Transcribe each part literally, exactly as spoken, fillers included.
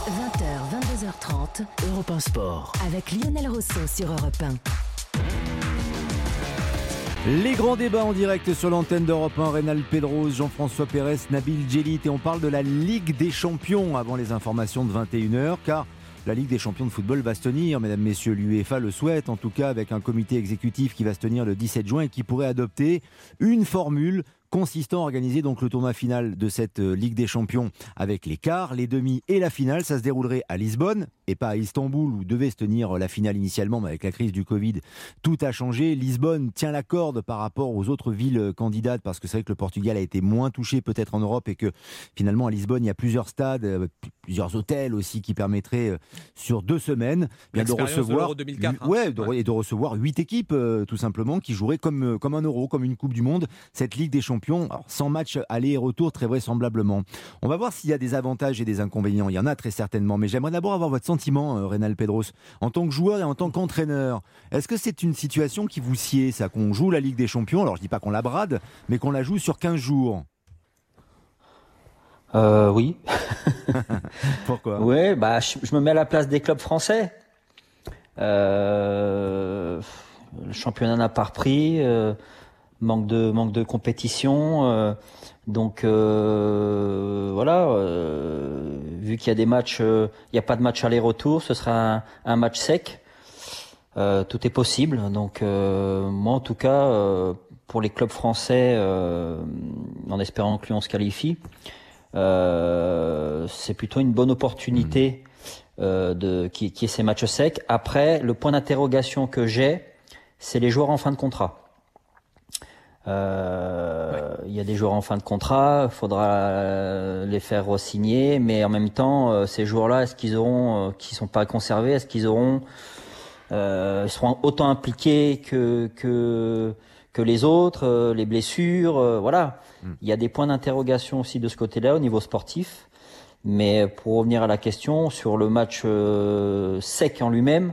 vingt heures, vingt-deux heures trente, Europe un Sport. Avec Lionel Rousseau sur Europe un. Les grands débats en direct sur l'antenne d'Europe un, Reynald Pedrosa, Jean-François Pérez, Nabil Djellit, et on parle de la Ligue des Champions avant les informations de vingt et une heures, car la Ligue des Champions de football va se tenir, mesdames, messieurs, l'UEFA le souhaite, en tout cas avec un comité exécutif qui va se tenir le dix-sept juin et qui pourrait adopter une formule consistant à organiser donc le tournoi final de cette Ligue des Champions avec les quarts, les demi et la finale. Ça se déroulerait à Lisbonne et pas à Istanbul où devait se tenir la finale initialement, mais avec la crise du Covid, tout a changé. Lisbonne tient la corde par rapport aux autres villes candidates parce que c'est vrai que le Portugal a été moins touché peut-être en Europe et que finalement à Lisbonne il y a plusieurs stades, plusieurs hôtels aussi qui permettraient sur deux semaines bien de recevoir, de deux mille quatre, hein. ouais, de, ouais. et de recevoir huit équipes euh, tout simplement qui joueraient comme comme un Euro, comme une Coupe du Monde, cette Ligue des Champions. Alors, sans match aller et retour très vraisemblablement. On va voir s'il y a des avantages et des inconvénients. Il y en a très certainement, mais j'aimerais d'abord avoir votre sentiment, euh, Reynald Pedrosa, en tant que joueur et en tant qu'entraîneur. Est-ce que c'est une situation qui vous sied, ça, qu'on joue la Ligue des Champions? Alors je dis pas qu'on la brade, mais qu'on la joue sur quinze jours. Euh, oui. Pourquoi? Oui, bah, je, je me mets à la place des clubs français. Euh, le championnat n'a pas repris, euh, manque de manque de compétition, euh, donc euh, voilà. Euh, vu qu'il y a des matchs, il euh, n'y a pas de match aller-retour, ce sera un, un match sec. Euh, tout est possible. Donc euh, moi, en tout cas, euh, pour les clubs français, euh, en espérant que Lyon se qualifie. Euh, c'est plutôt une bonne opportunité euh, de qui, qui est ces matchs secs. Après, le point d'interrogation que j'ai, c'est les joueurs en fin de contrat. Euh, il y a des joueurs en fin de contrat, il faudra les faire re-signer, mais en même temps, euh, ces joueurs-là, est-ce qu'ils auront, euh, qui sont pas conservés, est-ce qu'ils auront, euh, ils seront autant impliqués que que que les autres, euh, les blessures, euh, voilà. Mm. Il y a des points d'interrogation aussi de ce côté-là au niveau sportif. Mais pour revenir à la question sur le match euh, sec en lui-même,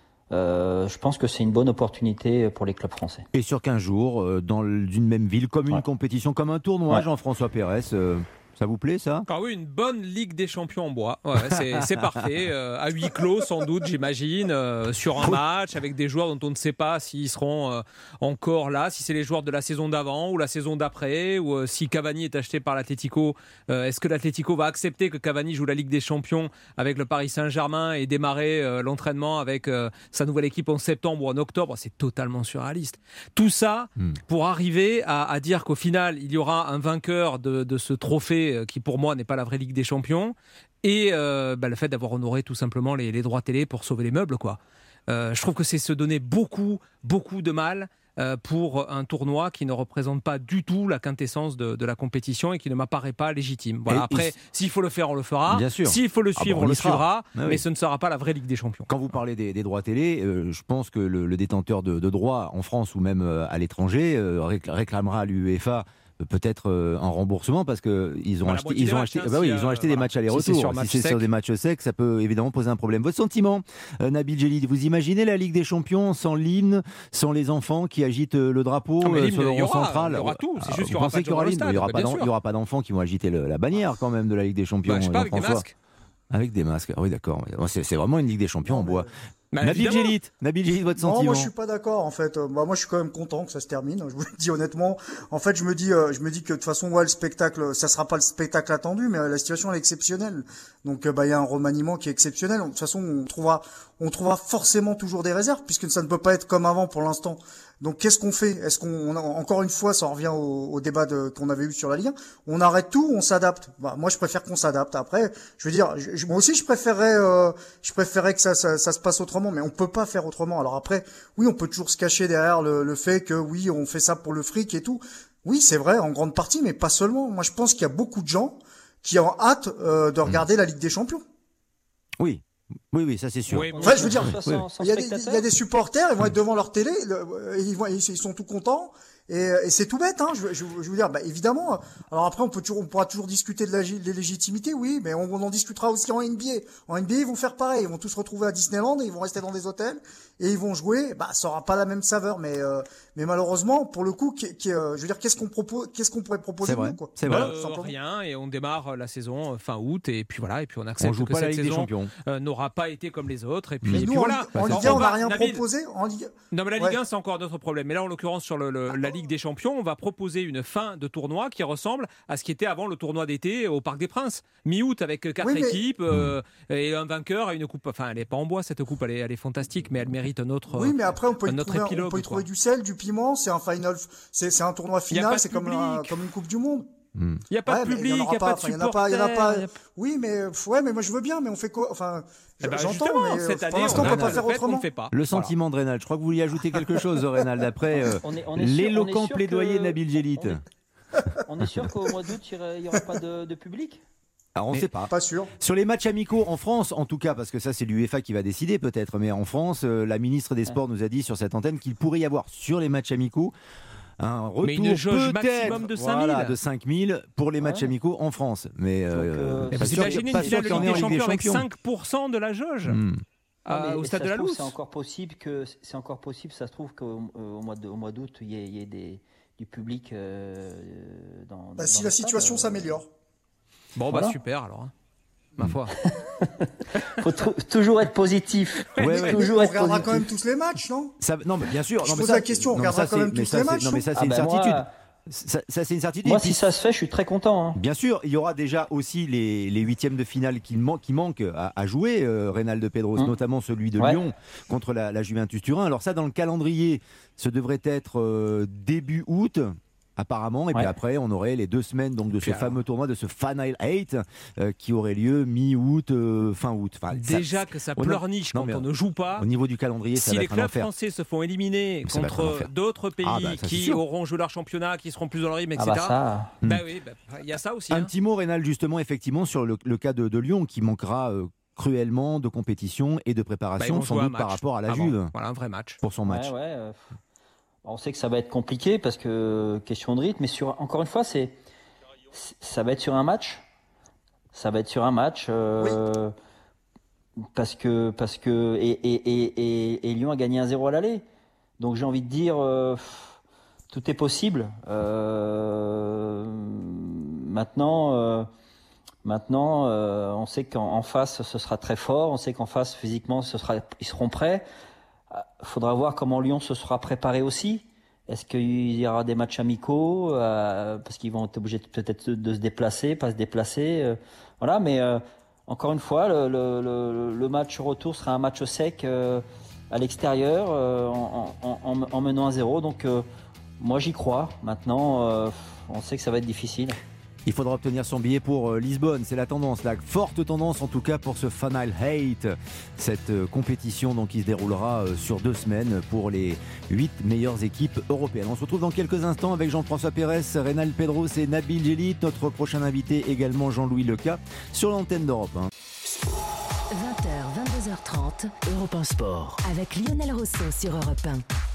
euh, je pense que c'est une bonne opportunité pour les clubs français. Et sur quinze jours, euh, dans une même ville, comme une ouais. compétition, comme un tournoi, ouais. Jean-François Pérez, euh, ça vous plaît ça? Ah oui, une bonne Ligue des Champions en bois. Ouais, c'est, c'est parfait. Euh, à huis clos, sans doute, j'imagine, euh, sur un match, avec des joueurs dont on ne sait pas s'ils seront euh, encore là, si c'est les joueurs de la saison d'avant ou la saison d'après, ou euh, si Cavani est acheté par l'Atlético. Euh, est-ce que l'Atlético va accepter que Cavani joue la Ligue des Champions avec le Paris Saint-Germain et démarrer euh, l'entraînement avec euh, sa nouvelle équipe en septembre ou en octobre? C'est totalement surréaliste. Tout ça hmm. pour arriver à, à dire qu'au final, il y aura un vainqueur de, de ce trophée qui pour moi n'est pas la vraie Ligue des Champions, et euh, bah, le fait d'avoir honoré tout simplement les, les droits télé pour sauver les meubles, quoi. Euh, je trouve que c'est se donner beaucoup, beaucoup de mal euh, pour un tournoi qui ne représente pas du tout la quintessence de, de la compétition et qui ne m'apparaît pas légitime. Voilà. Et, Après, et s'il faut le faire, on le fera. Bien sûr. S'il faut le suivre, ah bon, on, on le suivra, ah oui. mais ce ne sera pas la vraie Ligue des Champions. Quand vous parlez des, des droits télé, euh, je pense que le, le détenteur de, de droits en France ou même euh, à l'étranger euh, réclamera à l'UEFA peut-être euh, un remboursement parce que ils ont voilà, acheté, ils ont acheté, hein, bah oui, ils ont acheté voilà. des matchs aller-retour. Si c'est, sur, match si c'est sur des matchs secs, ça peut évidemment poser un problème. Votre sentiment, euh, Nabil Djellit, vous imaginez la Ligue des Champions sans l'hymne, sans les enfants qui agitent le drapeau non, euh, sur le rond central? Il y aura tout. C'est juste qu'il y aura pas de gens il y aura pas, il y aura pas d'enfants qui vont agiter le, la bannière quand même de la Ligue des Champions. Bah, je sais pas, avec des masques. Avec des masques. Ah oui, d'accord. C'est, c'est vraiment une Ligue des Champions en bois. Bah, Nabil Djellit, Nabil Djellit, votre sentiment? Non, moi je suis pas d'accord en fait. Euh, bah, moi je suis quand même content que ça se termine. Je vous le dis honnêtement. En fait, je me dis, euh, je me dis que de toute façon, ouais, le spectacle, ça sera pas le spectacle attendu, mais euh, la situation elle est exceptionnelle. Donc, euh, bah, il y a un remaniement qui est exceptionnel. Donc, de toute façon, on trouvera, on trouvera forcément toujours des réserves puisque ça ne peut pas être comme avant pour l'instant. Donc, qu'est-ce qu'on fait? Est-ce qu'on, on a, encore une fois, ça en revient au, au débat de, qu'on avait eu sur la Ligue un. On arrête tout, on s'adapte. Bah, moi, je préfère qu'on s'adapte. Après, je veux dire, je, moi aussi, je préférerais, euh, je préférerais que ça, ça, ça se passe autrement, mais on peut pas faire autrement. Alors après, oui, on peut toujours se cacher derrière le, le fait que oui, on fait ça pour le fric et tout. Oui, c'est vrai, en grande partie, mais pas seulement. Moi, je pense qu'il y a beaucoup de gens qui ont hâte euh, de regarder mmh. la Ligue des Champions. Oui. Oui, oui, ça c'est sûr. Oui, bon, enfin, je veux dire, oui. il, y a des, il y a des supporters, ils vont être devant leur télé, ils, vont, ils sont tout contents, Et, et c'est tout bête, hein. Je, je, je veux dire, bah, évidemment. Alors après, on peut toujours, on pourra toujours discuter de la des légitimités, oui, mais on, on en discutera aussi en N B A. En N B A, ils vont faire pareil. Ils vont tous se retrouver à Disneyland, et ils vont rester dans des hôtels et ils vont jouer. Bah, ça aura pas la même saveur, mais euh, mais malheureusement, pour le coup, qui, qui, euh, je veux dire, qu'est-ce qu'on propose, qu'est-ce qu'on pourrait proposer c'est vrai, nous, quoi. C'est vrai. Euh, rien, et on démarre la saison fin août, et puis voilà, et puis on accepte on joue que pas cette la Ligue saison des Champions. Euh, n'aura pas été comme les autres. Et puis, Mais et nous, puis en, voilà. en Alors, Ligue un, on n'a va- rien Nabil, proposé. En Ligue Non, mais la Ligue Ouais. un, c'est encore notre problème. Mais là, en l'occurrence, sur le, le- la Ligue des Champions, on va proposer une fin de tournoi qui ressemble à ce qui était avant le tournoi d'été au Parc des Princes. Mi-août, avec quatre Oui, mais- équipes euh, et un vainqueur et une coupe. Enfin, elle n'est pas en bois, cette coupe. Elle est, elle est fantastique, mais elle mérite un autre. Oui, mais après on peut y notre trouver, on épilogue, peut y quoi. trouver du sel, du piment. C'est un final, c'est c'est un tournoi Y a pas final. de C'est comme public. un- comme une Coupe du Monde. Il n'y a pas Ouais, de mais public, il il y n'y en a aura pas pas. de Enfin, il y en a pas. Il y en a supporters. pas. il y a- Oui, mais ouais, mais moi je veux bien, mais on fait quoi? Enfin, Eh ben, j'entends, justement, mais cette pour année, l'instant on on a peut pas le faire fait qu'on autrement. ne fait pas. Le Voilà. sentiment de Reynald. Je crois que vous vouliez ajouter quelque chose, Reynald, après euh, On est- on est sûr- on est l'éloquent sûr plaidoyer que- de Nabil Djellit. on est- On est sûr qu'au mois d'août, il n'y aura pas de, de public? Alors on ne Mais- sait pas. Pas sûr. Sur les matchs amicaux en France, en tout cas, parce que ça c'est l'UEFA qui va décider peut-être, mais en France, euh, la ministre des Sports nous a dit sur cette antenne qu'il pourrait y avoir sur les matchs amicaux un retour Mais une jauge peut-être, maximum de cinq mille. voilà, de cinq mille pour les matchs Ouais. amicaux en France. Mais euh, euh, Mais pas vous sûr- imaginez pas une sûr finale de qu'il y en Ligue ait en des Ligue des Champions avec Champions. cinq pour cent de la jauge Hmm. à- Non, mais au ça stade se de la trouve, Louse. C'est encore possible que c'est encore possible. Ça se trouve qu'au euh, au mois de- au mois d'août, il y ait, il y ait des, du public euh, dans. Bah, dans si le la stade, situation euh, s'améliore. Bon, Voilà. bah super alors. hein. Ma foi. Faut tr- toujours être positif. Ouais, ouais. Toujours On être regardera positif. quand même tous les matchs, non? Ça, non, mais bien sûr. Je non, mais pose ça, la question, on non, mais regardera ça, quand c'est- même mais tous ça, les c'est- matchs, Non, mais non ça, c'est Ah une ben moi, certitude. Ça, ça, c'est une certitude. Moi, Et puis, si ça se fait, je suis très content. hein. bien sûr, il y aura déjà aussi les, les huitièmes de finale qui, man- qui manquent à, à jouer, euh, Reynald Pedros, Hum. notamment celui de Ouais. Lyon contre la, la Juventus Turin. Alors ça, dans le calendrier, ce devrait être euh, début août. Apparemment, et puis Ouais. après, on aurait les deux semaines donc de ce Puis alors- fameux tournoi, de ce Final Eight, euh, qui aurait lieu mi-août, euh, fin août. Enfin, ça- Déjà que ça on a- pleurniche non, quand mais on ne joue pas. au niveau du calendrier, ça Si va les être un clubs enfer. français se font éliminer Ça va être un contre enfer. d'autres pays Ah bah, ça, c'est qui sûr. auront joué leur championnat, qui seront plus dans le rythme, Ah et cetera. bah ça. Bah oui, bah, il y a ça aussi. Un hein. petit mot, Reynald, justement, effectivement, sur le, le cas de, de Lyon, qui manquera euh, cruellement de compétition et de Bah, ils préparation, vont sans jouer un doute par match rapport à la avant. Juve, Voilà un vrai match. pour son match. Ouais, ouais, euh, on sait que ça va être compliqué parce que question de rythme, mais sur encore une fois, c'est c'est- ça va être sur un match. Ça va être sur un match euh, parce que parce que et, et, et, et, et Lyon a gagné un zéro à l'aller. Donc j'ai envie de dire euh, tout est possible. Euh, maintenant euh, maintenant euh, on sait qu'en en face ce sera très fort, on sait qu'en face physiquement ce sera ils seront prêts. Il faudra voir comment Lyon se sera préparé aussi. Est-ce qu'il y aura des matchs amicaux euh, parce qu'ils vont être obligés de- peut-être de se déplacer, pas se déplacer. euh, voilà, mais euh, encore une fois, le, le, le, le match retour sera un match sec euh, à l'extérieur euh, en, en, en, en menant à zéro. Donc euh, moi j'y crois. Maintenant, euh, on sait que ça va être difficile. Il faudra obtenir son billet pour euh, Lisbonne, c'est la tendance, la forte tendance en tout cas pour ce Final Eight, cette euh, compétition donc, qui se déroulera euh, sur deux semaines pour les huit meilleures équipes européennes. On se retrouve dans quelques instants avec Jean-François Pérez, Reynald Pedros et Nabil Djellit, notre prochain invité également Jean-Louis Leca sur l'antenne d'Europe un. vingt heures, vingt-deux heures trente, Europe un Sport. avec Lionel Rousseau sur Europe un.